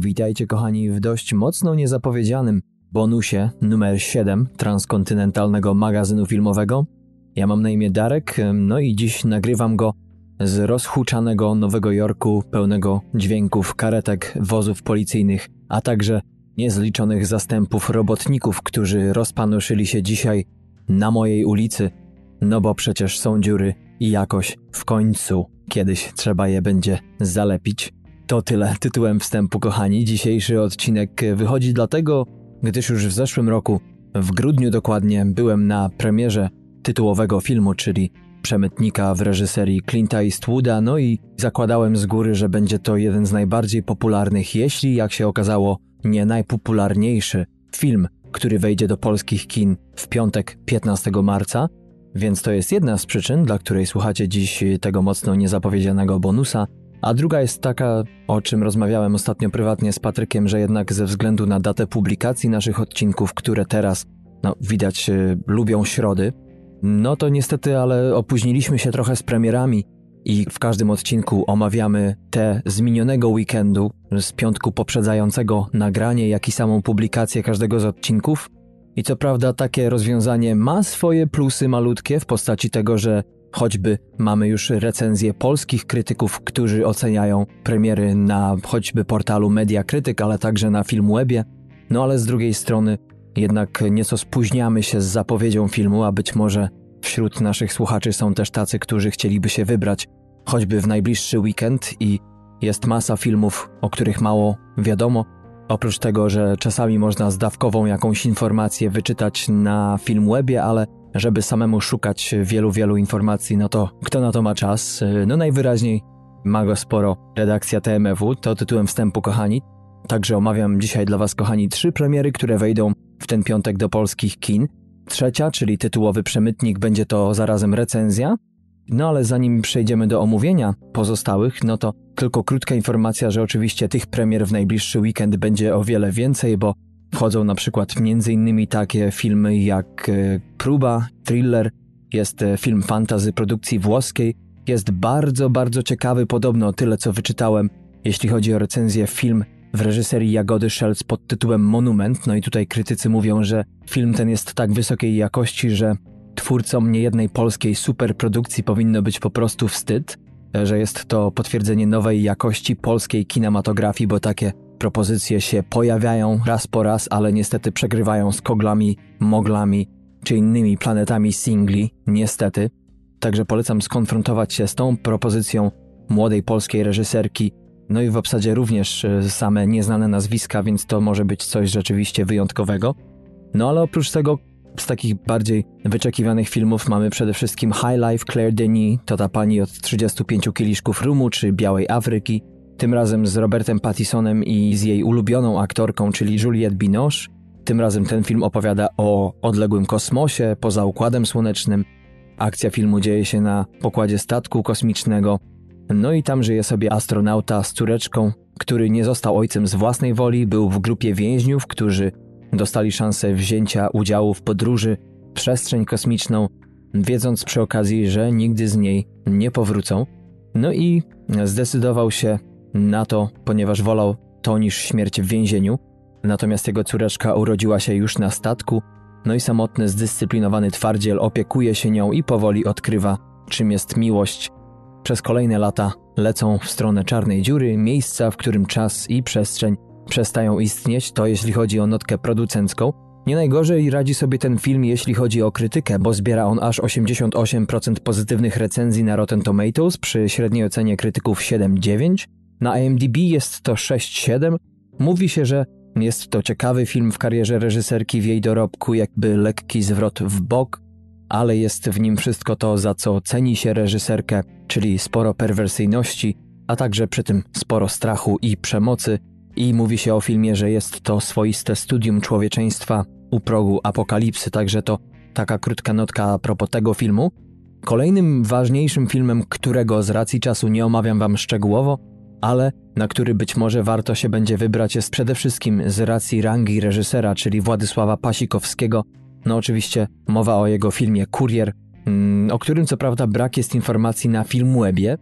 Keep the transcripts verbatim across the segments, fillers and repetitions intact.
Witajcie kochani w dość mocno niezapowiedzianym bonusie numer siedem transkontynentalnego magazynu filmowego. Ja mam na imię Darek, no i dziś nagrywam go z rozhuczanego Nowego Jorku, pełnego dźwięków, karetek, wozów policyjnych, a także niezliczonych zastępów robotników, którzy rozpanoszyli się dzisiaj na mojej ulicy, no bo przecież są dziury i jakoś w końcu kiedyś trzeba je będzie zalepić. To tyle tytułem wstępu, kochani. Dzisiejszy odcinek wychodzi dlatego, gdyż już w zeszłym roku, w grudniu dokładnie, byłem na premierze tytułowego filmu, czyli Przemytnika w reżyserii Clint'a Eastwooda, no i zakładałem z góry, że będzie to jeden z najbardziej popularnych, jeśli jak się okazało, nie najpopularniejszy film, który wejdzie do polskich kin w piątek piętnastego marca, więc to jest jedna z przyczyn, dla której słuchacie dziś tego mocno niezapowiedzianego bonusa, a druga jest taka, o czym rozmawiałem ostatnio prywatnie z Patrykiem, że jednak ze względu na datę publikacji naszych odcinków, które teraz, no widać, yy, lubią środy, no to niestety, ale opóźniliśmy się trochę z premierami i w każdym odcinku omawiamy te z minionego weekendu, z piątku poprzedzającego nagranie, jak i samą publikację każdego z odcinków. I co prawda takie rozwiązanie ma swoje plusy malutkie w postaci tego, że choćby mamy już recenzje polskich krytyków, którzy oceniają premiery na choćby portalu Mediakrytyk, ale także na Filmwebie. No ale z drugiej strony jednak nieco spóźniamy się z zapowiedzią filmu, a być może wśród naszych słuchaczy są też tacy, którzy chcieliby się wybrać choćby w najbliższy weekend i jest masa filmów, o których mało wiadomo. Oprócz tego, że czasami można zdawkową jakąś informację wyczytać na Filmwebie, ale żeby samemu szukać wielu, wielu informacji, no to kto na to ma czas? No najwyraźniej ma go sporo redakcja T M F U, to tytułem wstępu, kochani. Także omawiam dzisiaj dla was, kochani, trzy premiery, które wejdą w ten piątek do polskich kin. Trzecia, czyli tytułowy Przemytnik, będzie to zarazem recenzja. No ale zanim przejdziemy do omówienia pozostałych, no to tylko krótka informacja, że oczywiście tych premier w najbliższy weekend będzie o wiele więcej, bo wchodzą na przykład między innymi takie filmy jak e, Próba, thriller, jest e, film fantasy produkcji włoskiej, jest bardzo, bardzo ciekawy, podobno tyle co wyczytałem, jeśli chodzi o recenzję, film w reżyserii Jagody Szelc pod tytułem Monument. No i tutaj krytycy mówią, że film ten jest tak wysokiej jakości, że twórcom niejednej polskiej superprodukcji powinno być po prostu wstyd, że jest to potwierdzenie nowej jakości polskiej kinematografii, bo takie propozycje się pojawiają raz po raz, ale niestety przegrywają z Koglami, Moglami czy innymi planetami singli, niestety. Także polecam skonfrontować się z tą propozycją młodej polskiej reżyserki, no i w obsadzie również same nieznane nazwiska, więc to może być coś rzeczywiście wyjątkowego. No ale oprócz tego z takich bardziej wyczekiwanych filmów mamy przede wszystkim High Life Claire Denis, to ta pani od trzydziestu pięciu kieliszków rumu czy Białej Afryki, tym razem z Robertem Pattisonem i z jej ulubioną aktorką, czyli Juliette Binoche. Tym razem ten film opowiada o odległym kosmosie, poza Układem Słonecznym. Akcja filmu dzieje się na pokładzie statku kosmicznego, no i tam żyje sobie astronauta z córeczką, który nie został ojcem z własnej woli, był w grupie więźniów, którzy dostali szansę wzięcia udziału w podróży w przestrzeń kosmiczną, wiedząc przy okazji, że nigdy z niej nie powrócą. No i zdecydował się na to, ponieważ wolał to niż śmierć w więzieniu. Natomiast jego córeczka urodziła się już na statku, no i samotny, zdyscyplinowany twardziel opiekuje się nią i powoli odkrywa, czym jest miłość. Przez kolejne lata lecą w stronę czarnej dziury, miejsca, w którym czas i przestrzeń przestają istnieć, to jeśli chodzi o notkę producencką. Nie najgorzej radzi sobie ten film, jeśli chodzi o krytykę, bo zbiera on aż osiemdziesiąt osiem procent pozytywnych recenzji na Rotten Tomatoes przy średniej ocenie krytyków siedem dziewięć. Na I M D B jest to sześć siedem. Mówi się, że jest to ciekawy film w karierze reżyserki, w jej dorobku jakby lekki zwrot w bok, ale jest w nim wszystko to, za co ceni się reżyserkę, czyli sporo perwersyjności, a także przy tym sporo strachu i przemocy. I mówi się o filmie, że jest to swoiste studium człowieczeństwa u progu apokalipsy, także to taka krótka notka a propos tego filmu. Kolejnym ważniejszym filmem, którego z racji czasu nie omawiam wam szczegółowo, ale na który być może warto się będzie wybrać, jest przede wszystkim z racji rangi reżysera, czyli Władysława Pasikowskiego. No oczywiście mowa o jego filmie Kurier, o którym co prawda brak jest informacji na Filmwebie,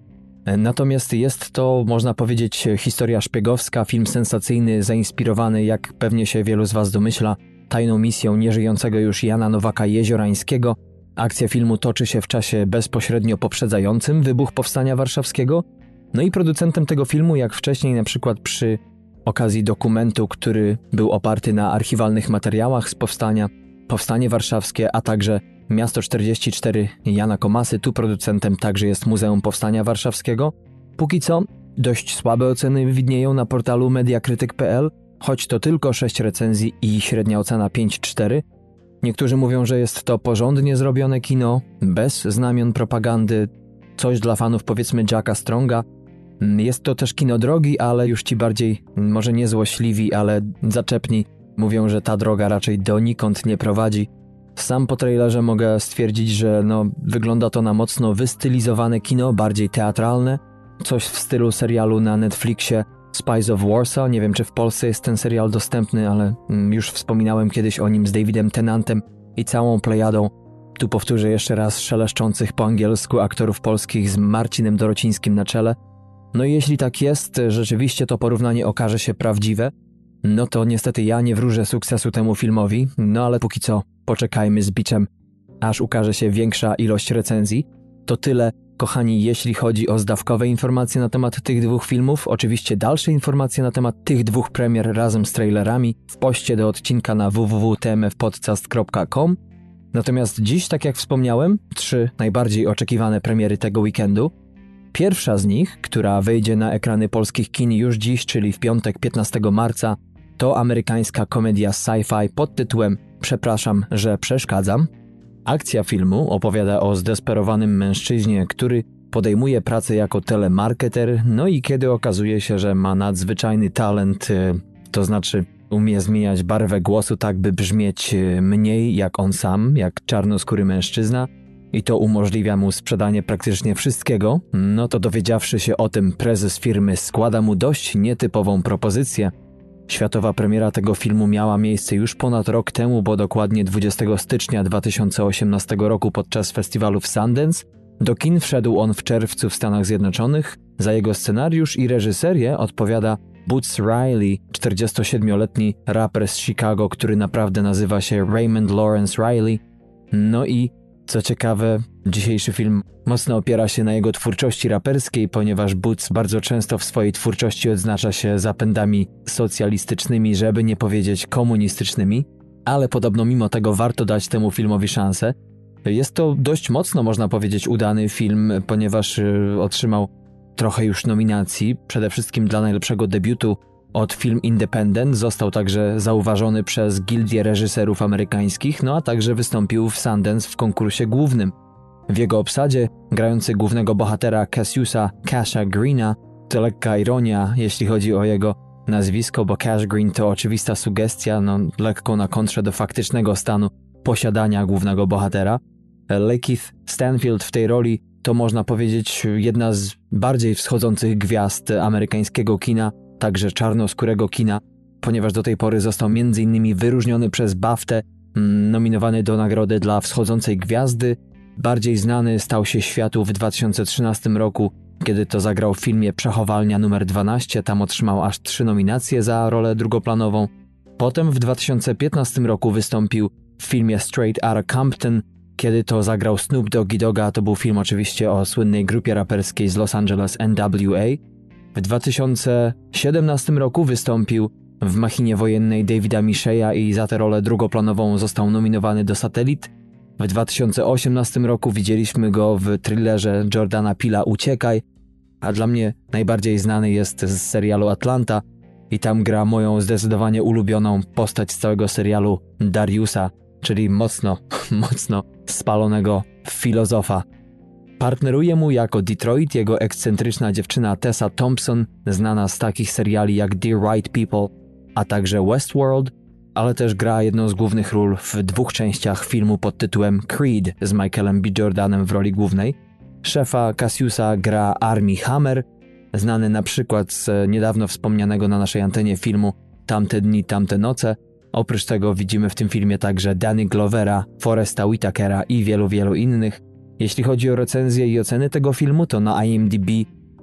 Natomiast jest to, można powiedzieć, historia szpiegowska, film sensacyjny, zainspirowany, jak pewnie się wielu z Was domyśla, tajną misją nieżyjącego już Jana Nowaka Jeziorańskiego. Akcja filmu toczy się w czasie bezpośrednio poprzedzającym wybuch Powstania Warszawskiego. No i producentem tego filmu, jak wcześniej na przykład przy okazji dokumentu, który był oparty na archiwalnych materiałach z Powstania, Powstanie Warszawskie, a także Miasto czterdzieści cztery Jana Komasy, tu producentem także jest Muzeum Powstania Warszawskiego. Póki co dość słabe oceny widnieją na portalu mediakrytyk kropka p l, choć to tylko sześć recenzji i średnia ocena pięć cztery. Niektórzy mówią, że jest to porządnie zrobione kino, bez znamion propagandy, coś dla fanów powiedzmy Jacka Stronga. Jest to też kino drogi, ale już ci bardziej, może nie złośliwi, ale zaczepni mówią, że ta droga raczej donikąd nie prowadzi. Sam po trailerze mogę stwierdzić, że no, wygląda to na mocno wystylizowane kino, bardziej teatralne. Coś w stylu serialu na Netflixie Spies of Warsaw. Nie wiem, czy w Polsce jest ten serial dostępny, ale już wspominałem kiedyś o nim z Davidem Tennantem i całą plejadą. Tu powtórzę jeszcze raz szeleszczących po angielsku aktorów polskich z Marcinem Dorocińskim na czele. No i jeśli tak jest, rzeczywiście to porównanie okaże się prawdziwe, no to niestety ja nie wróżę sukcesu temu filmowi, no ale póki co poczekajmy z biczem, aż ukaże się większa ilość recenzji. To tyle, kochani, jeśli chodzi o zdawkowe informacje na temat tych dwóch filmów. Oczywiście dalsze informacje na temat tych dwóch premier razem z trailerami w poście do odcinka na w w w kropka t m f podcast kropka com. Natomiast dziś, tak jak wspomniałem, trzy najbardziej oczekiwane premiery tego weekendu. Pierwsza z nich, która wejdzie na ekrany polskich kin już dziś, czyli w piątek piętnastego marca, to amerykańska komedia sci-fi pod tytułem Przepraszam, że przeszkadzam. Akcja filmu opowiada o zdesperowanym mężczyźnie, który podejmuje pracę jako telemarketer, no i kiedy okazuje się, że ma nadzwyczajny talent, to znaczy umie zmieniać barwę głosu tak, by brzmieć mniej jak on sam, jak czarnoskóry mężczyzna, i to umożliwia mu sprzedanie praktycznie wszystkiego, no to dowiedziawszy się o tym, prezes firmy składa mu dość nietypową propozycję. Światowa premiera tego filmu miała miejsce już ponad rok temu, bo dokładnie dwudziestego stycznia dwa tysiące osiemnastego roku podczas festiwalu w Sundance. Do kin wszedł on w czerwcu w Stanach Zjednoczonych. Za jego scenariusz i reżyserię odpowiada Boots Riley, czterdziestosiedmioletni raper z Chicago, który naprawdę nazywa się Raymond Lawrence Riley. No i co ciekawe, dzisiejszy film mocno opiera się na jego twórczości raperskiej, ponieważ Boots bardzo często w swojej twórczości odznacza się zapędami socjalistycznymi, żeby nie powiedzieć komunistycznymi, ale podobno mimo tego warto dać temu filmowi szansę. Jest to dość mocno, można powiedzieć, udany film, ponieważ otrzymał trochę już nominacji, przede wszystkim dla najlepszego debiutu od Film Independent, został także zauważony przez Gildię Reżyserów Amerykańskich, no a także wystąpił w Sundance w konkursie głównym. W jego obsadzie grający głównego bohatera Cassiusa Casha Greena to lekka ironia, jeśli chodzi o jego nazwisko, bo Cash Green to oczywista sugestia, no lekko na kontrze do faktycznego stanu posiadania głównego bohatera. Lakeith Stanfield w tej roli to, można powiedzieć, jedna z bardziej wschodzących gwiazd amerykańskiego kina, także czarnoskórego kina, ponieważ do tej pory został między innymi wyróżniony przez BAFTę, nominowany do nagrody dla wschodzącej gwiazdy. Bardziej znany stał się światu w dwa tysiące trzynastym roku, kiedy to zagrał w filmie Przechowalnia numer dwanaście, tam otrzymał aż trzy nominacje za rolę drugoplanową. Potem w dwa tysiące piętnastym roku wystąpił w filmie Straight Outta Compton, kiedy to zagrał Snoop Doggy Dogga, to był film oczywiście o słynnej grupie raperskiej z Los Angeles N W A. W dwa tysiące siedemnastym roku wystąpił w Machinie Wojennej Davida Micheya i za tę rolę drugoplanową został nominowany do Satelit. W dwa tysiące osiemnastym roku widzieliśmy go w thrillerze Jordana Peela Uciekaj, a dla mnie najbardziej znany jest z serialu Atlanta i tam gra moją zdecydowanie ulubioną postać z całego serialu, Dariusa, czyli mocno, mocno spalonego filozofa. Partneruje mu jako Detroit jego ekscentryczna dziewczyna Tessa Thompson, znana z takich seriali jak Dear White People, a także Westworld, ale też gra jedną z głównych ról w dwóch częściach filmu pod tytułem Creed z Michaelem B. Jordanem w roli głównej. Szefa Cassiusa gra Armie Hammer, znany na przykład z niedawno wspomnianego na naszej antenie filmu Tamte dni, tamte noce. Oprócz tego widzimy w tym filmie także Danny Glovera, Foresta Whitakera i wielu, wielu innych. Jeśli chodzi o recenzje i oceny tego filmu, to na I M D B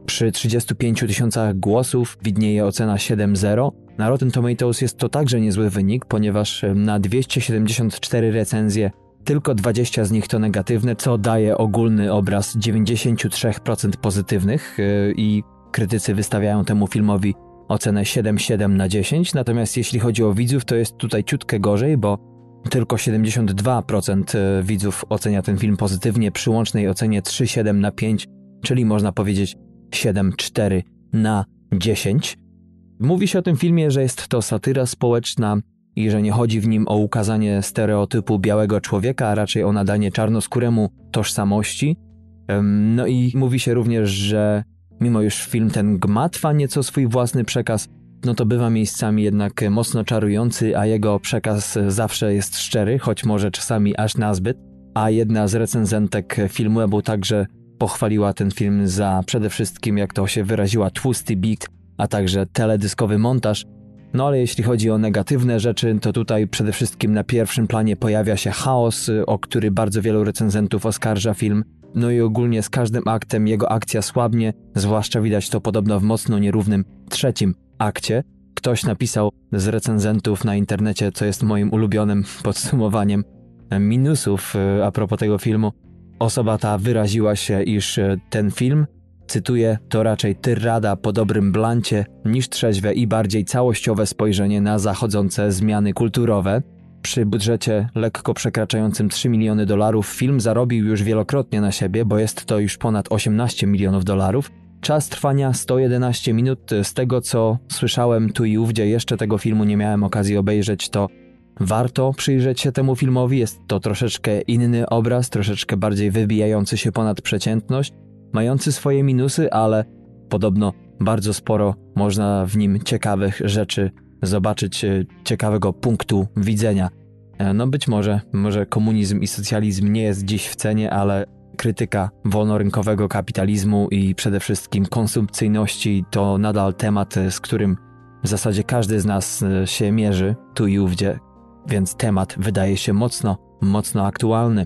Przy trzydziestu pięciu tysiącach głosów widnieje ocena siedem zero. Na Rotten Tomatoes jest to także niezły wynik, ponieważ na dwieście siedemdziesiąt cztery recenzje tylko dwadzieścia z nich to negatywne, co daje ogólny obraz dziewięćdziesiąt trzy procent pozytywnych i krytycy wystawiają temu filmowi ocenę siedem przecinek siedem na dziesięć. Natomiast jeśli chodzi o widzów, to jest tutaj ciutkę gorzej, bo tylko siedemdziesiąt dwa procent widzów ocenia ten film pozytywnie przy łącznej ocenie trzy przecinek siedem na pięć, czyli można powiedzieć siedem przecinek cztery na dziesięć. Mówi się o tym filmie, że jest to satyra społeczna i że nie chodzi w nim o ukazanie stereotypu białego człowieka, a raczej o nadanie czarnoskóremu tożsamości. No i mówi się również, że mimo już film ten gmatwa nieco swój własny przekaz, no to bywa miejscami jednak mocno czarujący, a jego przekaz zawsze jest szczery, choć może czasami aż nazbyt. A jedna z recenzentek Filmwebu także pochwaliła ten film za przede wszystkim, jak to się wyraziła, tłusty beat, a także teledyskowy montaż. No ale jeśli chodzi o negatywne rzeczy, to tutaj przede wszystkim na pierwszym planie pojawia się chaos, o który bardzo wielu recenzentów oskarża film. No i ogólnie z każdym aktem jego akcja słabnie, zwłaszcza widać to podobno w mocno nierównym trzecim akcie. Ktoś napisał z recenzentów na internecie, co jest moim ulubionym podsumowaniem minusów a propos tego filmu. Osoba ta wyraziła się, iż ten film, cytuję, to raczej tyrada po dobrym blancie niż trzeźwe i bardziej całościowe spojrzenie na zachodzące zmiany kulturowe. Przy budżecie lekko przekraczającym trzy miliony dolarów film zarobił już wielokrotnie na siebie, bo jest to już ponad osiemnaście milionów dolarów. Czas trwania sto jedenaście minut. Z tego, co słyszałem tu i ówdzie, jeszcze tego filmu nie miałem okazji obejrzeć, to warto przyjrzeć się temu filmowi. Jest to troszeczkę inny obraz, troszeczkę bardziej wybijający się ponad przeciętność, mający swoje minusy, ale podobno bardzo sporo można w nim ciekawych rzeczy zobaczyć, ciekawego punktu widzenia. No być może, może komunizm i socjalizm nie jest dziś w cenie, ale krytyka wolnorynkowego kapitalizmu i przede wszystkim konsumpcyjności to nadal temat, z którym w zasadzie każdy z nas się mierzy tu i ówdzie, więc temat wydaje się mocno, mocno aktualny.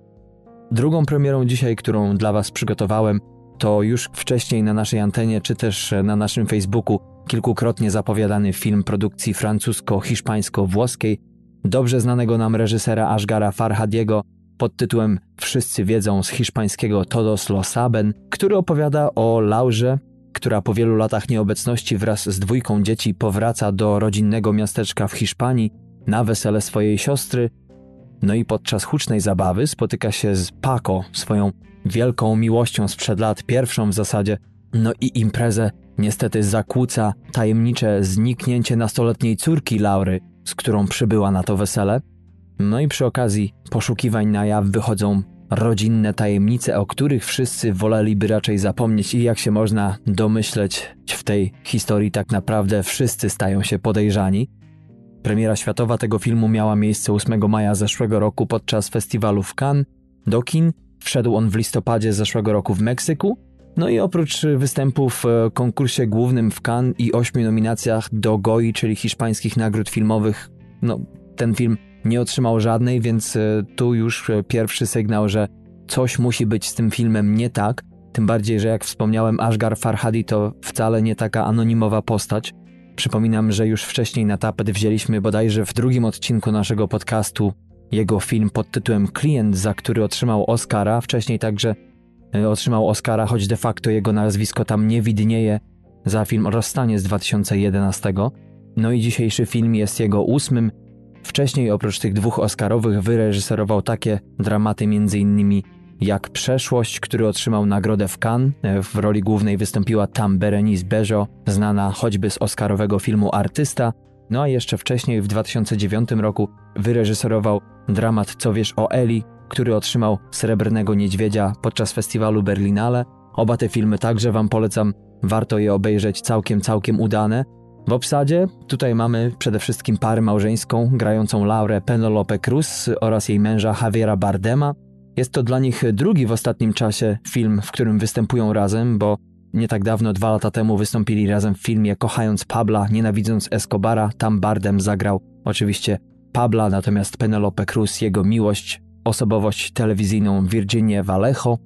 Drugą premierą dzisiaj, którą dla Was przygotowałem, to już wcześniej na naszej antenie, czy też na naszym Facebooku kilkukrotnie zapowiadany film produkcji francusko-hiszpańsko-włoskiej, dobrze znanego nam reżysera Asghara Farhadiego pod tytułem Wszyscy wiedzą z hiszpańskiego Todos lo saben, który opowiada o Laurze, która po wielu latach nieobecności wraz z dwójką dzieci powraca do rodzinnego miasteczka w Hiszpanii na wesele swojej siostry. No i podczas hucznej zabawy spotyka się z Paco, swoją wielką miłością sprzed lat, pierwszą w zasadzie. No i imprezę niestety zakłóca tajemnicze zniknięcie nastoletniej córki Laury, z którą przybyła na to wesele. No i przy okazji poszukiwań na jaw wychodzą rodzinne tajemnice, o których wszyscy woleliby raczej zapomnieć i jak się można domyśleć, w tej historii tak naprawdę wszyscy stają się podejrzani. Premiera światowa tego filmu miała miejsce ósmego maja zeszłego roku podczas festiwalu w Cannes. Do kin wszedł on w listopadzie zeszłego roku w Meksyku. No i oprócz występów w konkursie głównym w Cannes i ośmiu nominacjach do Goi, czyli hiszpańskich nagród filmowych, no ten film nie otrzymał żadnej, więc tu już pierwszy sygnał, że coś musi być z tym filmem nie tak. Tym bardziej, że jak wspomniałem, Asghar Farhadi to wcale nie taka anonimowa postać. Przypominam, że już wcześniej na tapet wzięliśmy bodajże w drugim odcinku naszego podcastu jego film pod tytułem Klient, za który otrzymał Oscara. Wcześniej także otrzymał Oscara, choć de facto jego nazwisko tam nie widnieje, za film Rozstanie z dwa tysiące jedenastego. No i dzisiejszy film jest jego ósmym. Wcześniej oprócz tych dwóch Oscarowych wyreżyserował takie dramaty m.in. jak Przeszłość, który otrzymał nagrodę w Cannes. W roli głównej wystąpiła tam Berenice Bejo, znana choćby z oscarowego filmu Artysta. No a jeszcze wcześniej w dwa tysiące dziewiątym roku wyreżyserował dramat Co wiesz o Eli, który otrzymał Srebrnego Niedźwiedzia podczas festiwalu Berlinale. Oba te filmy także Wam polecam, warto je obejrzeć, całkiem, całkiem udane. W obsadzie tutaj mamy przede wszystkim parę małżeńską, grającą Laurę Penelope Cruz oraz jej męża Javiera Bardema. Jest to dla nich drugi w ostatnim czasie film, w którym występują razem, bo nie tak dawno, dwa lata temu wystąpili razem w filmie Kochając Pabla, nienawidząc Escobara. Tam Bardem zagrał oczywiście Pabla, natomiast Penelope Cruz jego miłość, osobowość telewizyjną Virginię Vallejo.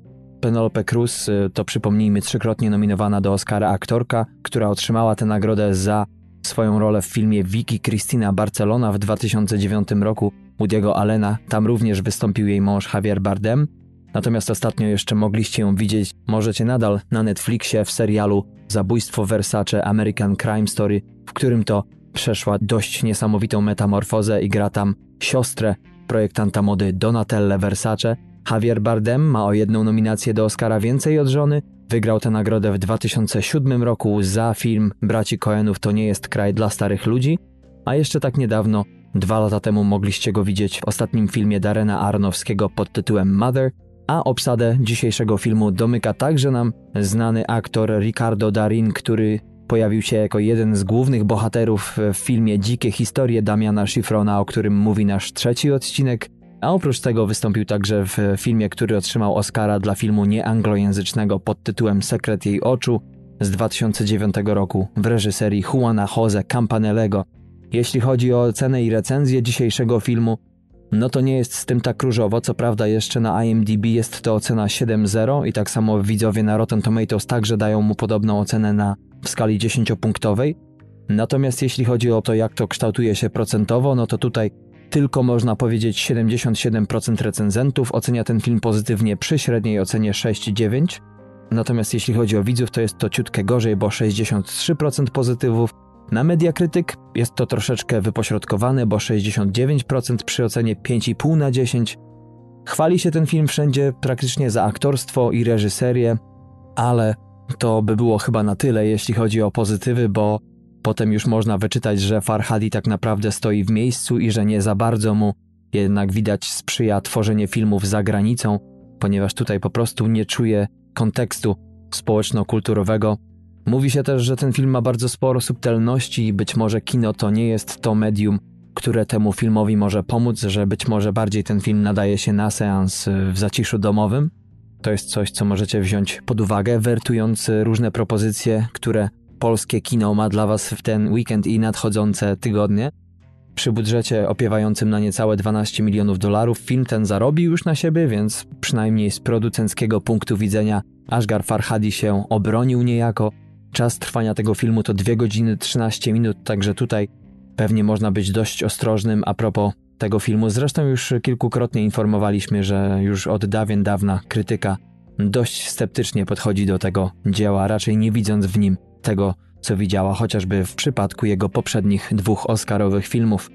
Penelope Cruz to, przypomnijmy, trzykrotnie nominowana do Oscara aktorka, która otrzymała tę nagrodę za swoją rolę w filmie Vicky Cristina Barcelona w dwa tysiące dziewiątym roku Woody'ego Allena. Tam również wystąpił jej mąż Javier Bardem. Natomiast ostatnio jeszcze mogliście ją widzieć, możecie nadal, na Netflixie w serialu Zabójstwo Versace American Crime Story, w którym to przeszła dość niesamowitą metamorfozę i gra tam siostrę projektanta mody Donatelle Versace. Javier Bardem ma o jedną nominację do Oscara więcej od żony. Wygrał tę nagrodę w dwa tysiące siódmym roku za film Braci Coenów To nie jest kraj dla starych ludzi, a jeszcze tak niedawno, dwa lata temu, mogliście go widzieć w ostatnim filmie Darrena Aronofskiego pod tytułem Mother, a obsadę dzisiejszego filmu domyka także nam znany aktor Ricardo Darín, który pojawił się jako jeden z głównych bohaterów w filmie Dzikie historie Damiana Schifrona, o którym mówi nasz trzeci odcinek, a oprócz tego wystąpił także w filmie, który otrzymał Oscara dla filmu nieanglojęzycznego pod tytułem Sekret jej oczu z dwa tysiące dziewiątego roku w reżyserii Juana José Campanellego. Jeśli chodzi o ocenę i recenzję dzisiejszego filmu, no to nie jest z tym tak różowo. Co prawda jeszcze na I M D B jest to ocena siedem zero i tak samo widzowie na Rotten Tomatoes także dają mu podobną ocenę na w skali dziesięciopunktowej. Natomiast jeśli chodzi o to, jak to kształtuje się procentowo, no to tutaj tylko można powiedzieć siedemdziesiąt siedem procent recenzentów ocenia ten film pozytywnie przy średniej ocenie sześć przecinek dziewięć. Natomiast jeśli chodzi o widzów, to jest to ciutkę gorzej, bo sześćdziesiąt trzy procent pozytywów. Na Mediakrytyk jest to troszeczkę wypośrodkowane, bo sześćdziesiąt dziewięć procent przy ocenie pięć i pół na dziesięć. Chwali się ten film wszędzie praktycznie za aktorstwo i reżyserię, ale to by było chyba na tyle, jeśli chodzi o pozytywy, bo potem już można wyczytać, że Farhadi tak naprawdę stoi w miejscu i że nie za bardzo mu jednak widać sprzyja tworzenie filmów za granicą, ponieważ tutaj po prostu nie czuje kontekstu społeczno-kulturowego. Mówi się też, że ten film ma bardzo sporo subtelności i być może kino to nie jest to medium, które temu filmowi może pomóc, że być może bardziej ten film nadaje się na seans w zaciszu domowym. To jest coś, co możecie wziąć pod uwagę, wertując różne propozycje, które polskie kino ma dla Was w ten weekend i nadchodzące tygodnie. Przy budżecie opiewającym na niecałe dwanaście milionów dolarów film ten zarobił już na siebie, więc przynajmniej z producenckiego punktu widzenia Asghar Farhadi się obronił niejako. Czas trwania tego filmu to dwie godziny trzynaście minut, także tutaj pewnie można być dość ostrożnym a propos tego filmu. Zresztą już kilkukrotnie informowaliśmy, że już od dawien dawna krytyka dość sceptycznie podchodzi do tego dzieła, raczej nie widząc w nim tego, co widziała chociażby w przypadku jego poprzednich dwóch oscarowych filmów.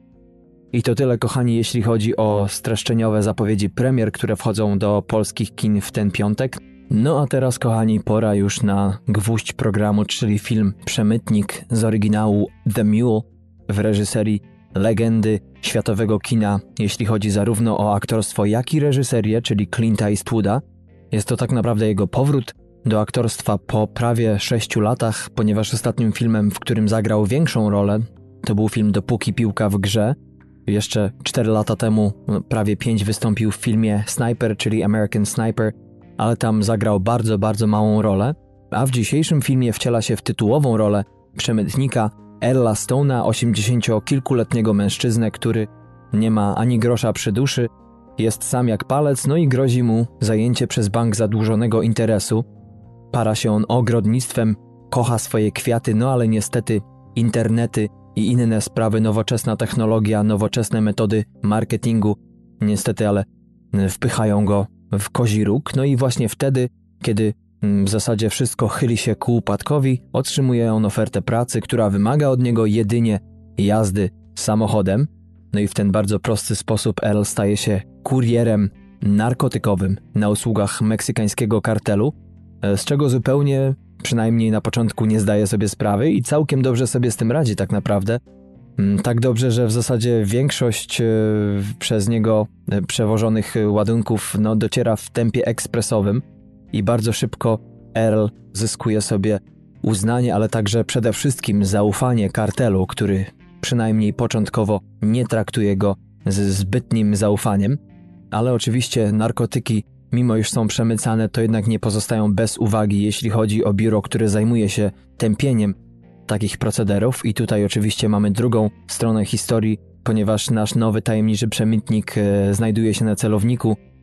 I to tyle, kochani, jeśli chodzi o streszczeniowe zapowiedzi premier, które wchodzą do polskich kin w ten piątek. No a teraz, kochani, pora już na gwóźdź programu, czyli film Przemytnik z oryginału The Mule w reżyserii legendy światowego kina, jeśli chodzi zarówno o aktorstwo, jak i reżyserię, czyli Clint'a Eastwooda. Jest to tak naprawdę jego powrót do aktorstwa po prawie sześciu latach, ponieważ ostatnim filmem, w którym zagrał większą rolę, to był film Dopóki piłka w grze. Jeszcze cztery lata temu, prawie pięć, wystąpił w filmie Sniper, czyli American Sniper, ale tam zagrał bardzo, bardzo małą rolę, a w dzisiejszym filmie wciela się w tytułową rolę przemytnika Erla Stone'a, osiemdziesięciokilkuletniego mężczyznę, który nie ma ani grosza przy duszy, jest sam jak palec, no i grozi mu zajęcie przez bank zadłużonego interesu. Para się on ogrodnictwem, kocha swoje kwiaty, no ale niestety internety i inne sprawy, nowoczesna technologia, nowoczesne metody marketingu, niestety, ale wpychają go w kozi róg. No i właśnie wtedy, kiedy w zasadzie wszystko chyli się ku upadkowi, otrzymuje on ofertę pracy, która wymaga od niego jedynie jazdy samochodem. No i w ten bardzo prosty sposób Earl staje się kurierem narkotykowym na usługach meksykańskiego kartelu, z czego zupełnie, przynajmniej na początku, nie zdaje sobie sprawy i całkiem dobrze sobie z tym radzi tak naprawdę. Tak dobrze, że w zasadzie większość przez niego przewożonych ładunków no, dociera w tempie ekspresowym i bardzo szybko Earl zyskuje sobie uznanie, ale także przede wszystkim zaufanie kartelu, który przynajmniej początkowo nie traktuje go z zbytnim zaufaniem. Ale oczywiście narkotyki, mimo iż są przemycane, to jednak nie pozostają bez uwagi, jeśli chodzi o biuro, które zajmuje się tępieniem takich procederów. I tutaj oczywiście mamy drugą stronę historii, ponieważ nasz nowy tajemniczy przemytnik e, znajduje się na celowniku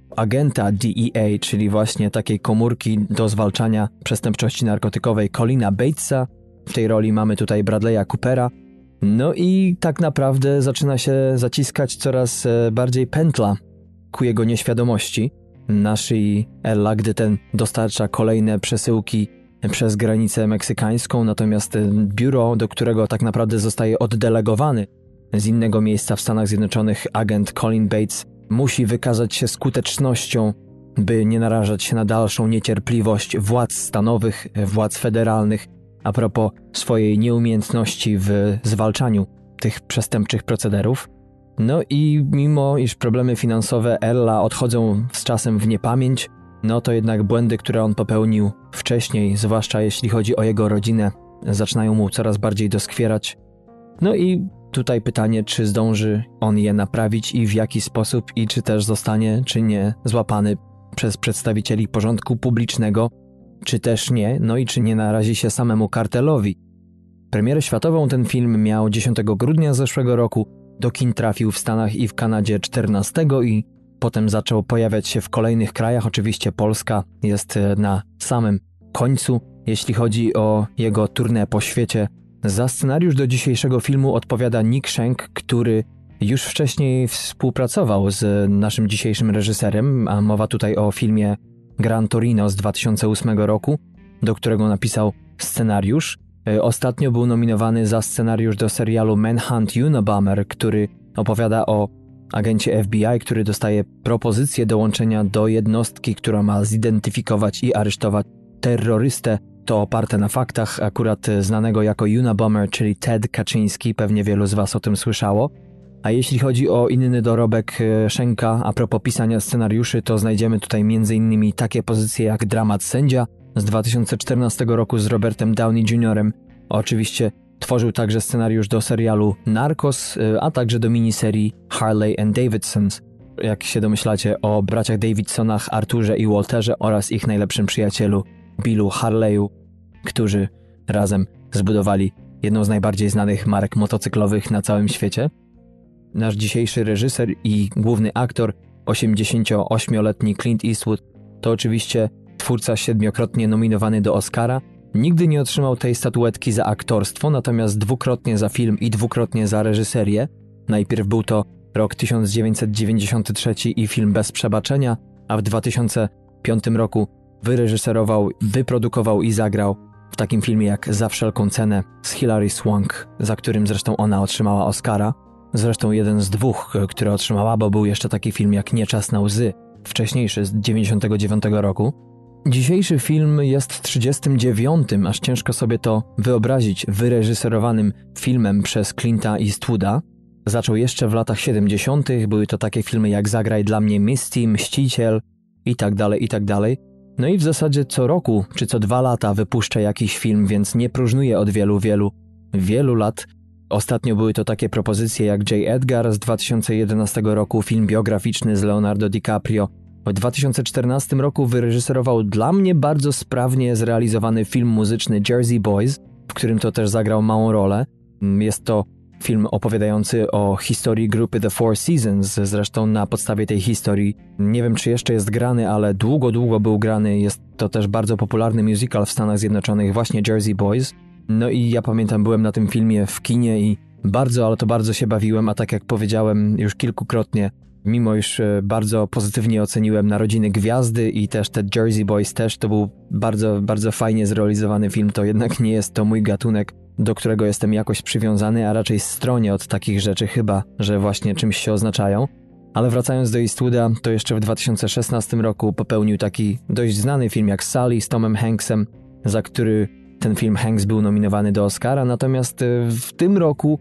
agenta D E A, czyli właśnie takiej komórki do zwalczania przestępczości narkotykowej Colina Batesa. W tej roli mamy tutaj Bradley'a Coopera. No i tak naprawdę zaczyna się zaciskać coraz bardziej pętla ku jego nieświadomości na szyi Ella, gdy ten dostarcza kolejne przesyłki przez granicę meksykańską, natomiast biuro, do którego tak naprawdę zostaje oddelegowany z innego miejsca w Stanach Zjednoczonych agent Colin Bates, musi wykazać się skutecznością, by nie narażać się na dalszą niecierpliwość władz stanowych, władz federalnych a propos swojej nieumiejętności w zwalczaniu tych przestępczych procederów. No i mimo iż problemy finansowe Ella odchodzą z czasem w niepamięć, no to jednak błędy, które on popełnił wcześniej, zwłaszcza jeśli chodzi o jego rodzinę, zaczynają mu coraz bardziej doskwierać. No i tutaj pytanie, czy zdąży on je naprawić i w jaki sposób, i czy też zostanie, czy nie, złapany przez przedstawicieli porządku publicznego, czy też nie, no i czy nie narazi się samemu kartelowi. Premierę światową ten film miał dziesiątego grudnia zeszłego roku, do kin trafił w Stanach i w Kanadzie czternastego i potem zaczął pojawiać się w kolejnych krajach. Oczywiście Polska jest na samym końcu, jeśli chodzi o jego tournée po świecie. Za scenariusz do dzisiejszego filmu odpowiada Nick Schenk, który już wcześniej współpracował z naszym dzisiejszym reżyserem, a mowa tutaj o filmie Gran Torino z dwa tysiące ósmego roku, do którego napisał scenariusz. Ostatnio był nominowany za scenariusz do serialu Manhunt Unabomber, który opowiada o agencie F B I, który dostaje propozycję dołączenia do jednostki, która ma zidentyfikować i aresztować terrorystę. To oparte na faktach akurat znanego jako Unabomber, czyli Ted Kaczyński. Pewnie wielu z Was o tym słyszało. A jeśli chodzi o inny dorobek Schenka a propos pisania scenariuszy, to znajdziemy tutaj m.in. takie pozycje jak Dramat Sędzia z dwa tysiące czternastego roku z Robertem Downey juniorem. Oczywiście tworzył także scenariusz do serialu Narcos, a także do miniserii Harley and Davidsons. Jak się domyślacie, o braciach Davidsonach, Arturze i Walterze oraz ich najlepszym przyjacielu Billu Harley'u, którzy razem zbudowali jedną z najbardziej znanych marek motocyklowych na całym świecie. Nasz dzisiejszy reżyser i główny aktor, osiemdziesięcioośmioletni Clint Eastwood, to oczywiście twórca siedmiokrotnie nominowany do Oscara. Nigdy nie otrzymał tej statuetki za aktorstwo, natomiast dwukrotnie za film i dwukrotnie za reżyserię. Najpierw był to rok tysiąc dziewięćset dziewięćdziesiąty trzeci i film Bez przebaczenia, a w dwa tysiące piątym roku wyreżyserował, wyprodukował i zagrał w takim filmie jak Za wszelką cenę z Hilary Swank, za którym zresztą ona otrzymała Oscara. Zresztą jeden z dwóch, które otrzymała, bo był jeszcze taki film jak Nie czas na łzy, wcześniejszy z dziewięćdziesiątego dziewiątego roku. Dzisiejszy film jest trzydziestym dziewiątym, aż ciężko sobie to wyobrazić, wyreżyserowanym filmem przez Clint'a Eastwooda. Zaczął jeszcze w latach siedemdziesiątych, były to takie filmy jak Zagraj dla mnie Misty, Mściciel i tak dalej, i tak dalej. No i w zasadzie co roku, czy co dwa lata wypuszcza jakiś film, więc nie próżnuje od wielu, wielu, wielu lat. Ostatnio były to takie propozycje jak J. Edgar z dwa tysiące jedenastego roku, film biograficzny z Leonardo DiCaprio. W dwa tysiące czternastym roku wyreżyserował dla mnie bardzo sprawnie zrealizowany film muzyczny Jersey Boys, w którym to też zagrał małą rolę. Jest to film opowiadający o historii grupy The Four Seasons, zresztą na podstawie tej historii. Nie wiem, czy jeszcze jest grany, ale długo, długo był grany. Jest to też bardzo popularny musical w Stanach Zjednoczonych, właśnie Jersey Boys. No i ja pamiętam, byłem na tym filmie w kinie i bardzo, ale to bardzo się bawiłem, a tak jak powiedziałem już kilkukrotnie, mimo iż bardzo pozytywnie oceniłem Narodziny Gwiazdy i też te Jersey Boys też, to był bardzo, bardzo fajnie zrealizowany film, to jednak nie jest to mój gatunek, do którego jestem jakoś przywiązany, a raczej stronię od takich rzeczy, chyba że właśnie czymś się oznaczają. Ale wracając do Eastwooda, to jeszcze w dwa tysiące szesnastym roku popełnił taki dość znany film jak Sally z Tomem Hanksem, za który ten film Hanks był nominowany do Oscara, natomiast w tym roku,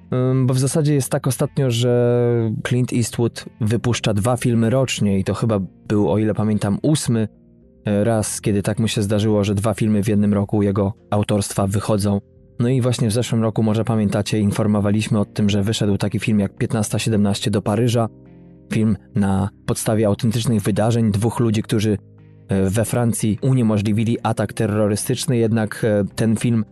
bo w zasadzie jest tak ostatnio, że Clint Eastwood wypuszcza dwa filmy rocznie i to chyba był, o ile pamiętam, ósmy raz, kiedy tak mu się zdarzyło, że dwa filmy w jednym roku jego autorstwa wychodzą. No i właśnie w zeszłym roku, może pamiętacie, informowaliśmy o tym, że wyszedł taki film jak piętnasta siedemnaście do Paryża. Film na podstawie autentycznych wydarzeń dwóch ludzi, którzy we Francji uniemożliwili atak terrorystyczny, jednak ten film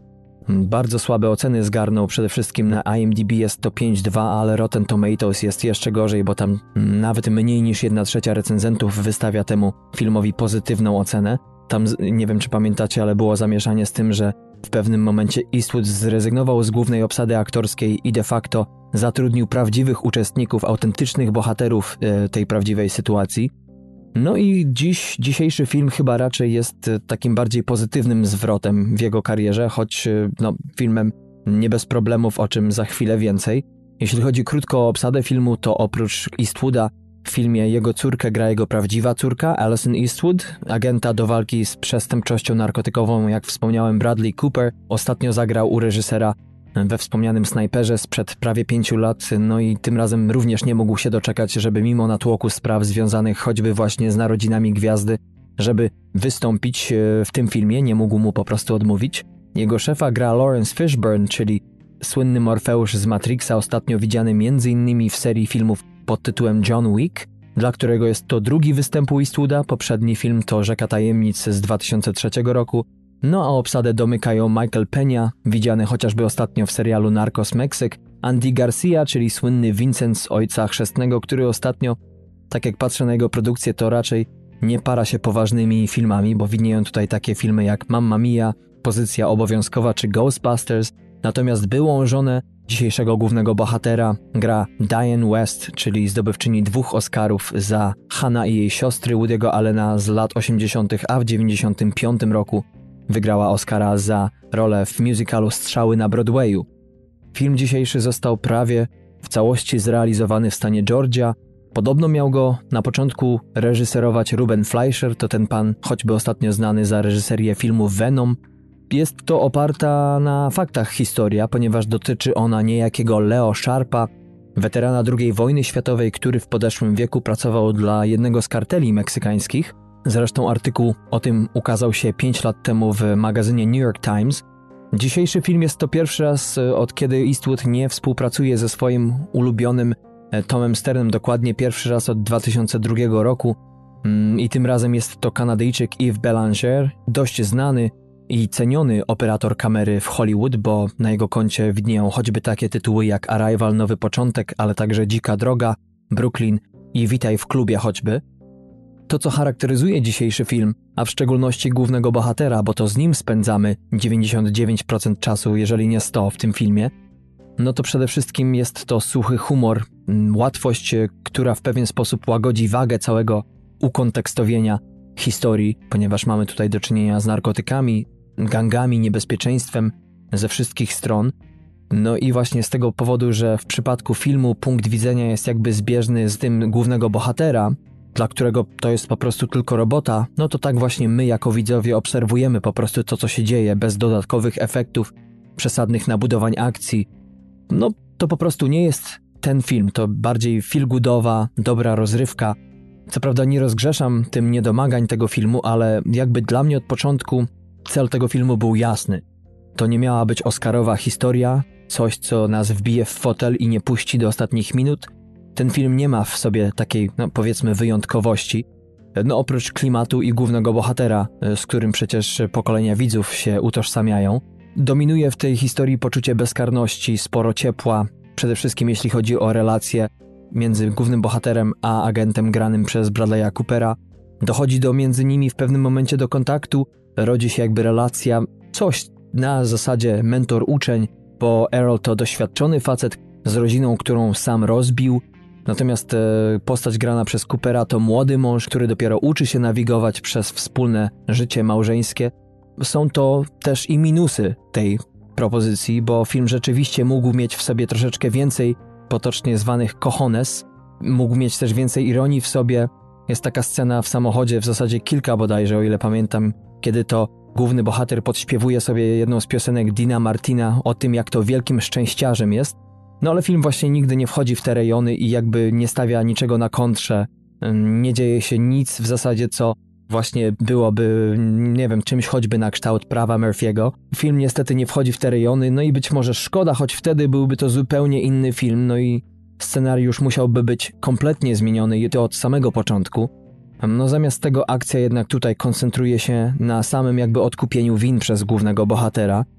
Bardzo słabe oceny zgarnął, przede wszystkim na I M D B jest to pięć dwa, ale Rotten Tomatoes jest jeszcze gorzej, bo tam nawet mniej niż jedna trzecia recenzentów wystawia temu filmowi pozytywną ocenę. Tam, nie wiem czy pamiętacie, ale było zamieszanie z tym, że w pewnym momencie Eastwood zrezygnował z głównej obsady aktorskiej i de facto zatrudnił prawdziwych uczestników, autentycznych bohaterów e, tej prawdziwej sytuacji. No i dziś, dzisiejszy film chyba raczej jest takim bardziej pozytywnym zwrotem w jego karierze, choć no, filmem nie bez problemów, o czym za chwilę więcej. Jeśli chodzi krótko o obsadę filmu, to oprócz Eastwooda w filmie jego córkę gra jego prawdziwa córka, Alison Eastwood, agenta do walki z przestępczością narkotykową, jak wspomniałem, Bradley Cooper. Ostatnio zagrał u reżysera we wspomnianym Snajperze sprzed prawie pięciu lat, no i tym razem również nie mógł się doczekać, żeby mimo natłoku spraw związanych choćby właśnie z narodzinami gwiazdy, żeby wystąpić w tym filmie, nie mógł mu po prostu odmówić. Jego szefa gra Lawrence Fishburne, czyli słynny Morfeusz z Matrixa, ostatnio widziany między innymi w serii filmów pod tytułem John Wick, dla którego jest to drugi występ u Eastwooda, poprzedni film to Rzeka Tajemnic z dwa tysiące trzeciego roku. No a obsadę domykają Michael Peña, widziany chociażby ostatnio w serialu Narcos Meksyk, Andy Garcia, czyli słynny Vincent z Ojca Chrzestnego, który ostatnio, tak jak patrzę na jego produkcję, to raczej nie para się poważnymi filmami, bo widnieją tutaj takie filmy jak Mamma Mia, Pozycja Obowiązkowa czy Ghostbusters, natomiast byłą żonę dzisiejszego głównego bohatera gra Diane West, czyli zdobywczyni dwóch Oscarów za Hannah i jej siostry Woody'ego Allena z lat osiemdziesiątych, a w dziewięćdziesiątym piątym roku wygrała Oscara za rolę w musicalu Strzały na Broadwayu. Film dzisiejszy został prawie w całości zrealizowany w stanie Georgia. Podobno miał go na początku reżyserować Ruben Fleischer, to ten pan choćby ostatnio znany za reżyserię filmu Venom. Jest to oparta na faktach historia, ponieważ dotyczy ona niejakiego Leo Sharpa, weterana drugiej wojny światowej, który w podeszłym wieku pracował dla jednego z karteli meksykańskich. Zresztą artykuł o tym ukazał się pięć lat temu w magazynie New York Times. Dzisiejszy film jest to pierwszy raz, od kiedy Eastwood nie współpracuje ze swoim ulubionym Tomem Sternem, dokładnie pierwszy raz od dwa tysiące drugiego roku i tym razem jest to Kanadyjczyk Yves Belanger, dość znany i ceniony operator kamery w Hollywood, bo na jego koncie widnieją choćby takie tytuły jak Arrival, Nowy Początek, ale także Dzika Droga, Brooklyn i Witaj w klubie choćby. To, co charakteryzuje dzisiejszy film, a w szczególności głównego bohatera, bo to z nim spędzamy dziewięćdziesiąt dziewięć procent czasu, jeżeli nie sto w tym filmie, no to przede wszystkim jest to suchy humor, łatwość, która w pewien sposób łagodzi wagę całego ukontekstowienia historii, ponieważ mamy tutaj do czynienia z narkotykami, gangami, niebezpieczeństwem ze wszystkich stron. No i właśnie z tego powodu, że w przypadku filmu punkt widzenia jest jakby zbieżny z tym głównego bohatera, dla którego to jest po prostu tylko robota, no to tak właśnie my jako widzowie obserwujemy po prostu to, co się dzieje, bez dodatkowych efektów, przesadnych nabudowań akcji. No to po prostu nie jest ten film, to bardziej feel-goodowa, dobra rozrywka. Co prawda nie rozgrzeszam tym niedomagań tego filmu, ale jakby dla mnie od początku cel tego filmu był jasny. To nie miała być oscarowa historia, coś co nas wbije w fotel i nie puści do ostatnich minut. Ten film nie ma w sobie takiej, no powiedzmy, wyjątkowości. No oprócz klimatu i głównego bohatera, z którym przecież pokolenia widzów się utożsamiają. Dominuje w tej historii poczucie bezkarności, sporo ciepła, przede wszystkim jeśli chodzi o relacje między głównym bohaterem a agentem granym przez Bradley'a Coopera. Dochodzi do między nimi w pewnym momencie do kontaktu, rodzi się jakby relacja, coś na zasadzie mentor-uczeń, bo Errol to doświadczony facet z rodziną, którą sam rozbił, natomiast e, postać grana przez Coopera to młody mąż, który dopiero uczy się nawigować przez wspólne życie małżeńskie. Są to też i minusy tej propozycji, bo film rzeczywiście mógł mieć w sobie troszeczkę więcej potocznie zwanych cojones, mógł mieć też więcej ironii w sobie. Jest taka scena w samochodzie, w zasadzie kilka bodajże, o ile pamiętam, kiedy to główny bohater podśpiewuje sobie jedną z piosenek Dina Martina o tym, jak to wielkim szczęściarzem jest. No ale film właśnie nigdy nie wchodzi w te rejony i jakby nie stawia niczego na kontrze. Nie dzieje się nic w zasadzie, co właśnie byłoby, nie wiem, czymś choćby na kształt prawa Murphy'ego. Film niestety nie wchodzi w te rejony, no i być może szkoda, choć wtedy byłby to zupełnie inny film, no i scenariusz musiałby być kompletnie zmieniony i to od samego początku. No zamiast tego akcja jednak tutaj koncentruje się na samym jakby odkupieniu win przez głównego bohatera.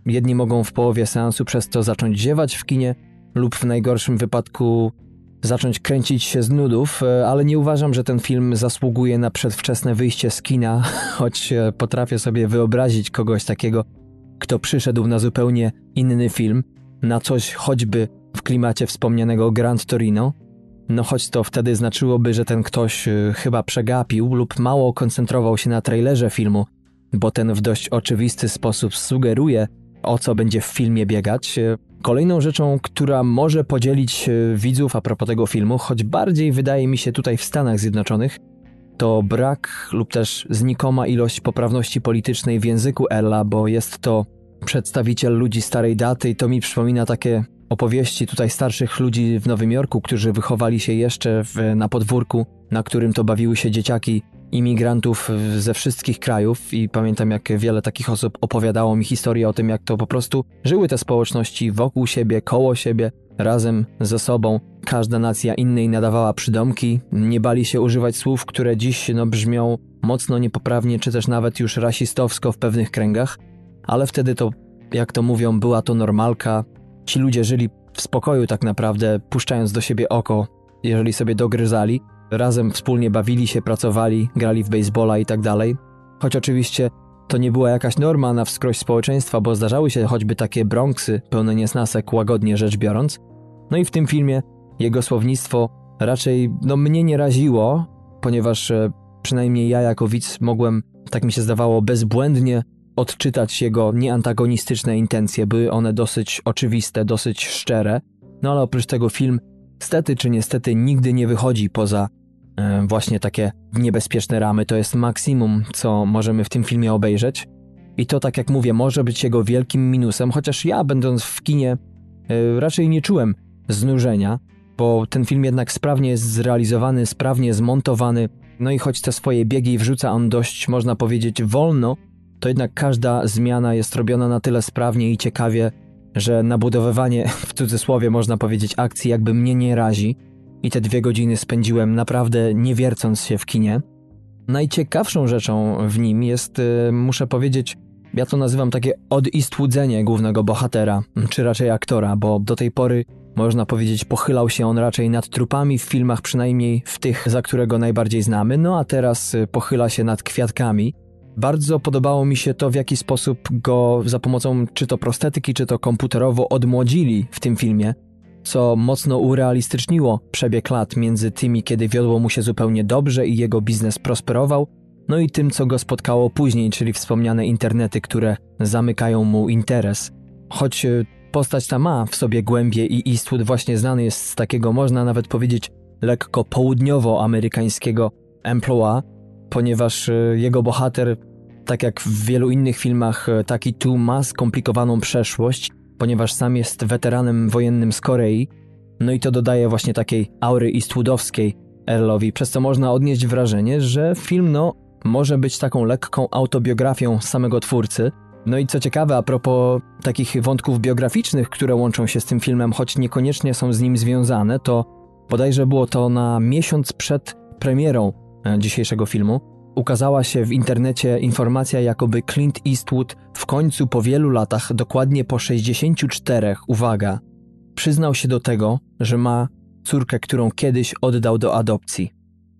jedni mogą w połowie seansu przez to zacząć ziewać w kinie lub w najgorszym wypadku zacząć kręcić się z nudów, ale nie uważam, że ten film zasługuje na przedwczesne wyjście z kina, choć potrafię sobie wyobrazić kogoś takiego, kto przyszedł na zupełnie inny film, na coś choćby w klimacie wspomnianego Grand Torino, no choć to wtedy znaczyłoby, że ten ktoś chyba przegapił lub mało koncentrował się na trailerze filmu, bo ten w dość oczywisty sposób sugeruje, o co będzie w filmie biegać. Kolejną rzeczą, która może podzielić widzów a propos tego filmu, choć bardziej wydaje mi się tutaj w Stanach Zjednoczonych, to brak lub też znikoma ilość poprawności politycznej w języku Earla, bo jest to przedstawiciel ludzi starej daty i to mi przypomina takie opowieści tutaj starszych ludzi w Nowym Jorku, którzy wychowali się jeszcze w, na podwórku, na którym to bawiły się dzieciaki imigrantów ze wszystkich krajów i pamiętam, jak wiele takich osób opowiadało mi historię o tym, jak to po prostu żyły te społeczności wokół siebie, koło siebie, razem ze sobą. Każda nacja innej nadawała przydomki, nie bali się używać słów, które dziś no, brzmią mocno niepoprawnie, czy też nawet już rasistowsko w pewnych kręgach, ale wtedy to, jak to mówią, była to normalka. Ci ludzie żyli w spokoju tak naprawdę, puszczając do siebie oko, jeżeli sobie dogryzali. Razem wspólnie bawili się, pracowali, grali w baseballa i tak dalej. Choć oczywiście to nie była jakaś norma na wskroś społeczeństwa, bo zdarzały się choćby takie Bronxy pełne niesnasek, łagodnie rzecz biorąc. No i w tym filmie jego słownictwo raczej no, mnie nie raziło, ponieważ e, przynajmniej ja jako widz mogłem, tak mi się zdawało, bezbłędnie odczytać jego nieantagonistyczne intencje. Były one dosyć oczywiste, dosyć szczere. No ale oprócz tego film stety czy niestety nigdy nie wychodzi poza e, właśnie takie niebezpieczne ramy. To jest maksimum, co możemy w tym filmie obejrzeć. I to, tak jak mówię, może być jego wielkim minusem, chociaż ja, będąc w kinie, e, raczej nie czułem znużenia, bo ten film jednak sprawnie jest zrealizowany, sprawnie zmontowany, no i choć te swoje biegi wrzuca on dość, można powiedzieć, wolno, to jednak każda zmiana jest robiona na tyle sprawnie i ciekawie, że nabudowywanie, w cudzysłowie można powiedzieć, akcji jakby mnie nie razi i te dwie godziny spędziłem naprawdę nie wiercąc się w kinie. Najciekawszą rzeczą w nim jest, muszę powiedzieć, ja to nazywam takie odistłudzenie głównego bohatera, czy raczej aktora, bo do tej pory, można powiedzieć, pochylał się on raczej nad trupami w filmach, przynajmniej w tych, za którego najbardziej znamy, no a teraz pochyla się nad kwiatkami. Bardzo podobało mi się to, w jaki sposób go za pomocą czy to prostetyki, czy to komputerowo odmłodzili w tym filmie, co mocno urealistyczniło przebieg lat między tymi, kiedy wiodło mu się zupełnie dobrze i jego biznes prosperował, no i tym, co go spotkało później, czyli wspomniane internety, które zamykają mu interes. Choć postać ta ma w sobie głębię i Eastwood właśnie znany jest z takiego, można nawet powiedzieć, lekko południowoamerykańskiego emploi, ponieważ jego bohater, tak jak w wielu innych filmach, taki tu ma skomplikowaną przeszłość, ponieważ sam jest weteranem wojennym z Korei, no i to dodaje właśnie takiej aury eastwoodowskiej Earlowi, przez co można odnieść wrażenie, że film no może być taką lekką autobiografią samego twórcy. No i co ciekawe, a propos takich wątków biograficznych, które łączą się z tym filmem, choć niekoniecznie są z nim związane, to bodajże było to na miesiąc przed premierą dzisiejszego filmu, ukazała się w internecie informacja, jakoby Clint Eastwood w końcu po wielu latach, dokładnie po sześćdziesięciu czterech, uwaga, przyznał się do tego, że ma córkę, którą kiedyś oddał do adopcji.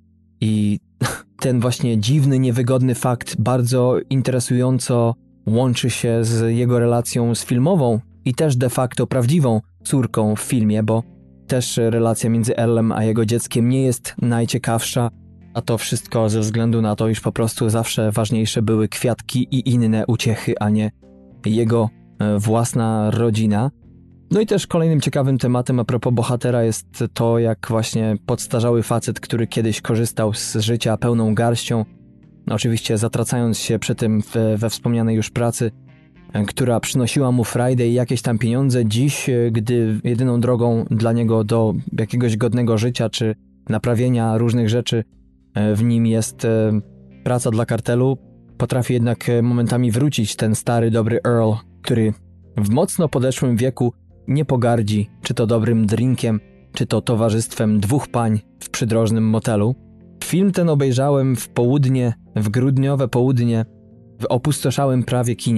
I ten właśnie dziwny, niewygodny fakt bardzo interesująco łączy się z jego relacją z filmową i też de facto prawdziwą córką w filmie, bo też relacja między Earlem a jego dzieckiem nie jest najciekawsza, a to wszystko ze względu na to, iż po prostu zawsze ważniejsze były kwiatki i inne uciechy, a nie jego własna rodzina. No i też kolejnym ciekawym tematem a propos bohatera jest to, jak właśnie podstarzały facet, który kiedyś korzystał z życia pełną garścią, oczywiście zatracając się przy tym we, we wspomnianej już pracy, która przynosiła mu frajdę i jakieś tam pieniądze, dziś, gdy jedyną drogą dla niego do jakiegoś godnego życia czy naprawienia różnych rzeczy w nim jest praca dla kartelu, potrafi jednak momentami wrócić ten stary, dobry Earl, który w mocno podeszłym wieku nie pogardzi czy to dobrym drinkiem, czy to towarzystwem dwóch pań w przydrożnym motelu. Film ten obejrzałem w południe, w grudniowe południe, w opustoszałym prawie kinie.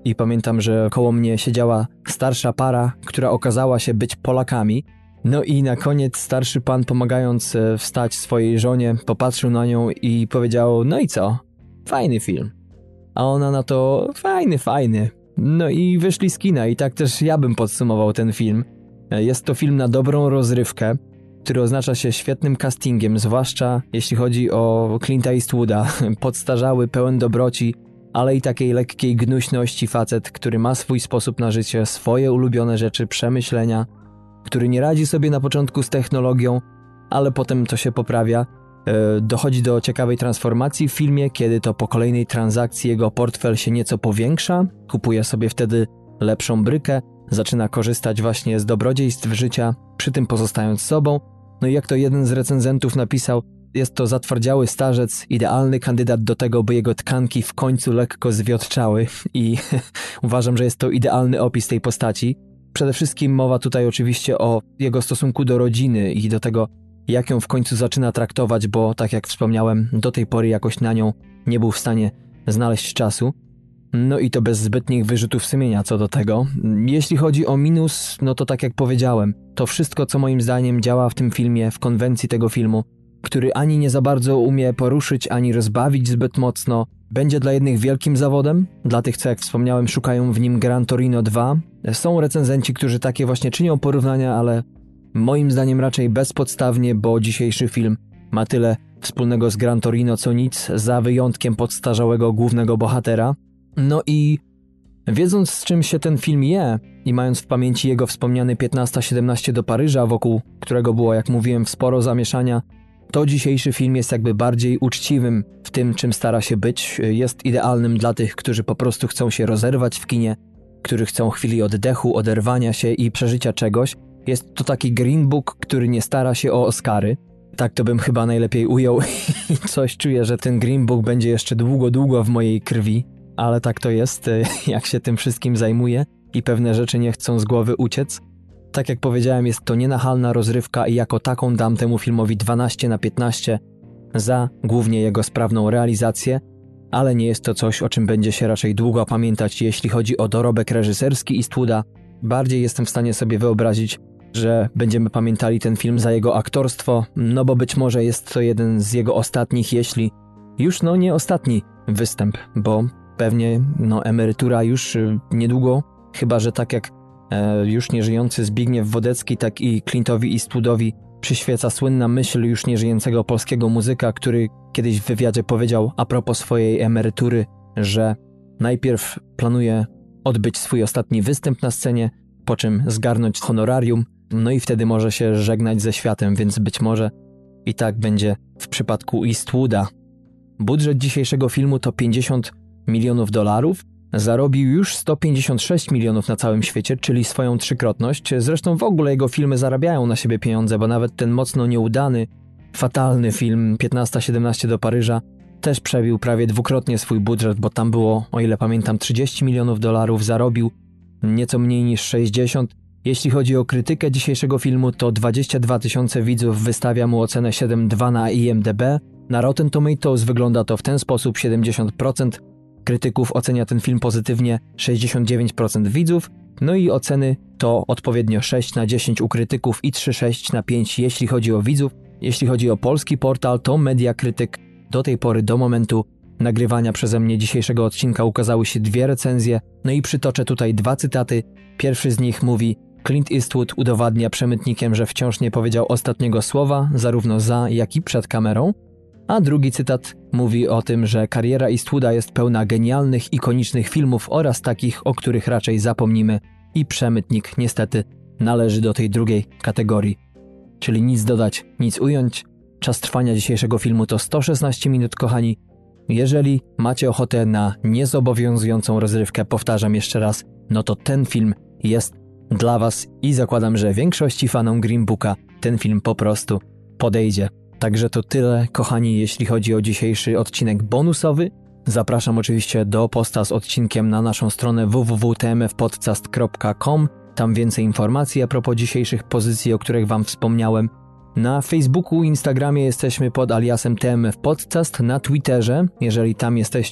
i pamiętam, że koło mnie siedziała starsza para, która okazała się być Polakami. No i na koniec starszy pan, pomagając wstać swojej żonie, popatrzył na nią i powiedział: no i co? Fajny film. A ona na to: fajny, fajny. No i wyszli z kina i tak też ja bym podsumował ten film. Jest to film na dobrą rozrywkę, który oznacza się świetnym castingiem, zwłaszcza jeśli chodzi o Clint'a Eastwooda. Podstarzały, pełen dobroci, ale i takiej lekkiej gnuśności facet, który ma swój sposób na życie, swoje ulubione rzeczy, przemyślenia, który nie radzi sobie na początku z technologią, ale potem to się poprawia. Dochodzi do ciekawej transformacji w filmie, kiedy to po kolejnej transakcji jego portfel się nieco powiększa, kupuje sobie wtedy lepszą brykę, zaczyna korzystać właśnie z dobrodziejstw życia, przy tym pozostając sobą. No i jak to jeden z recenzentów napisał, jest to zatwardziały starzec, idealny kandydat do tego, by jego tkanki w końcu lekko zwiotczały i uważam, że jest to idealny opis tej postaci. Przede wszystkim mowa tutaj oczywiście o jego stosunku do rodziny i do tego, jak ją w końcu zaczyna traktować, bo tak jak wspomniałem, do tej pory jakoś na nią nie był w stanie znaleźć czasu. No i to bez zbytnich wyrzutów sumienia co do tego. Jeśli chodzi o minus, no to tak jak powiedziałem, to wszystko, co moim zdaniem działa w tym filmie, w konwencji tego filmu, który ani nie za bardzo umie poruszyć, ani rozbawić zbyt mocno, będzie dla jednych wielkim zawodem, dla tych, co jak wspomniałem, szukają w nim Gran Torino dwa. Są recenzenci, którzy takie właśnie czynią porównania, ale moim zdaniem raczej bezpodstawnie, bo dzisiejszy film ma tyle wspólnego z Gran Torino co nic, za wyjątkiem podstarzałego głównego bohatera. No i wiedząc, z czym się ten film je i mając w pamięci jego wspomniany piętnaście siedemnaście do Paryża, wokół którego było, jak mówiłem, sporo zamieszania, to dzisiejszy film jest jakby bardziej uczciwym w tym, czym stara się być. Jest idealnym dla tych, którzy po prostu chcą się rozerwać w kinie, którzy chcą chwili oddechu, oderwania się i przeżycia czegoś. Jest to taki Green Book, który nie stara się o Oscary. Tak to bym chyba najlepiej ujął i coś czuję, że ten Green Book będzie jeszcze długo, długo w mojej krwi. Ale tak to jest, jak się tym wszystkim zajmuję i pewne rzeczy nie chcą z głowy uciec. Tak jak powiedziałem, jest to nienachalna rozrywka i jako taką dam temu filmowi dwanaście na piętnaście za głównie jego sprawną realizację, ale nie jest to coś, o czym będzie się raczej długo pamiętać, jeśli chodzi o dorobek reżyserski Eastwooda. Bardziej jestem w stanie sobie wyobrazić, że będziemy pamiętali ten film za jego aktorstwo, no bo być może jest to jeden z jego ostatnich, jeśli już no nie ostatni występ, bo pewnie no emerytura już niedługo, chyba że tak jak e, już nieżyjący Zbigniew Wodecki, tak i Clint'owi Eastwoodowi przyświeca słynna myśl już nieżyjącego polskiego muzyka, który kiedyś w wywiadzie powiedział a propos swojej emerytury, że najpierw planuje odbyć swój ostatni występ na scenie, po czym zgarnąć honorarium, no i wtedy może się żegnać ze światem, więc być może i tak będzie w przypadku Eastwooda. Budżet dzisiejszego filmu to pięćdziesiąt milionów dolarów, zarobił już sto pięćdziesiąt sześć milionów na całym świecie, czyli swoją trzykrotność. Zresztą w ogóle jego filmy zarabiają na siebie pieniądze, bo nawet ten mocno nieudany, fatalny film piętnaście siedemnaście do Paryża też przebił prawie dwukrotnie swój budżet, bo tam było, o ile pamiętam, trzydzieści milionów dolarów, zarobił nieco mniej niż sześćdziesiąt. Jeśli chodzi o krytykę dzisiejszego filmu, to dwadzieścia dwa tysiące widzów wystawia mu ocenę siedem przecinek dwa na I M D B. Na Rotten Tomatoes wygląda to w ten sposób: siedemdziesiąt procent krytyków ocenia ten film pozytywnie, sześćdziesiąt dziewięć procent widzów, no i oceny to odpowiednio sześć na dziesięć u krytyków i trzy przecinek sześć na pięć jeśli chodzi o widzów. Jeśli chodzi o polski portal, to Mediakrytyk do tej pory, do momentu nagrywania przeze mnie dzisiejszego odcinka, ukazały się dwie recenzje, no i przytoczę tutaj dwa cytaty. Pierwszy z nich mówi: Clint Eastwood udowadnia przemytnikiem, że wciąż nie powiedział ostatniego słowa, zarówno za, jak i przed kamerą. A drugi cytat mówi o tym, że kariera Eastwooda jest pełna genialnych, ikonicznych filmów oraz takich, o których raczej zapomnimy, i przemytnik niestety należy do tej drugiej kategorii. Czyli nic dodać, nic ująć. Czas trwania dzisiejszego filmu to sto szesnaście minut, kochani. Jeżeli macie ochotę na niezobowiązującą rozrywkę, powtarzam jeszcze raz, no to ten film jest dla was i zakładam, że większości fanom Green Booka ten film po prostu podejdzie. Także to tyle, kochani, jeśli chodzi o dzisiejszy odcinek bonusowy. Zapraszam oczywiście do posta z odcinkiem na naszą stronę w w w kropka t m f podcast kropka com. Tam więcej informacji a propos dzisiejszych pozycji, o których wam wspomniałem. Na Facebooku i Instagramie jesteśmy pod aliasem T M F Podcast, na Twitterze, jeżeli tam jesteście,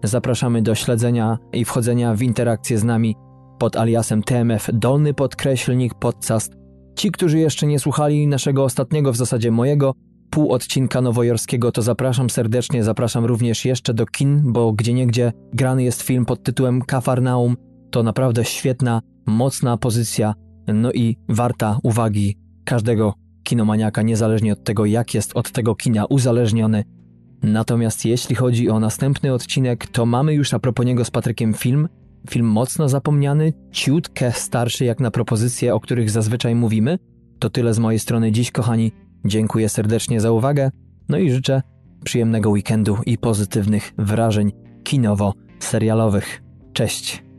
zapraszamy do śledzenia i wchodzenia w interakcję z nami pod aliasem T M F dolny podkreślnik podcast. Ci, którzy jeszcze nie słuchali naszego ostatniego, w zasadzie mojego, pół odcinka nowojorskiego, to zapraszam serdecznie, zapraszam również jeszcze do kin, bo gdzieniegdzie grany jest film pod tytułem Kafarnaum. To naprawdę świetna, mocna pozycja, no i warta uwagi każdego kinomaniaka, niezależnie od tego, jak jest od tego kina uzależniony. Natomiast jeśli chodzi o następny odcinek, to mamy już a propos niego z Patrykiem film, film mocno zapomniany, ciutkę starszy jak na propozycje, o których zazwyczaj mówimy. To tyle z mojej strony dziś, kochani. Dziękuję serdecznie za uwagę, no i życzę przyjemnego weekendu i pozytywnych wrażeń kinowo-serialowych. Cześć!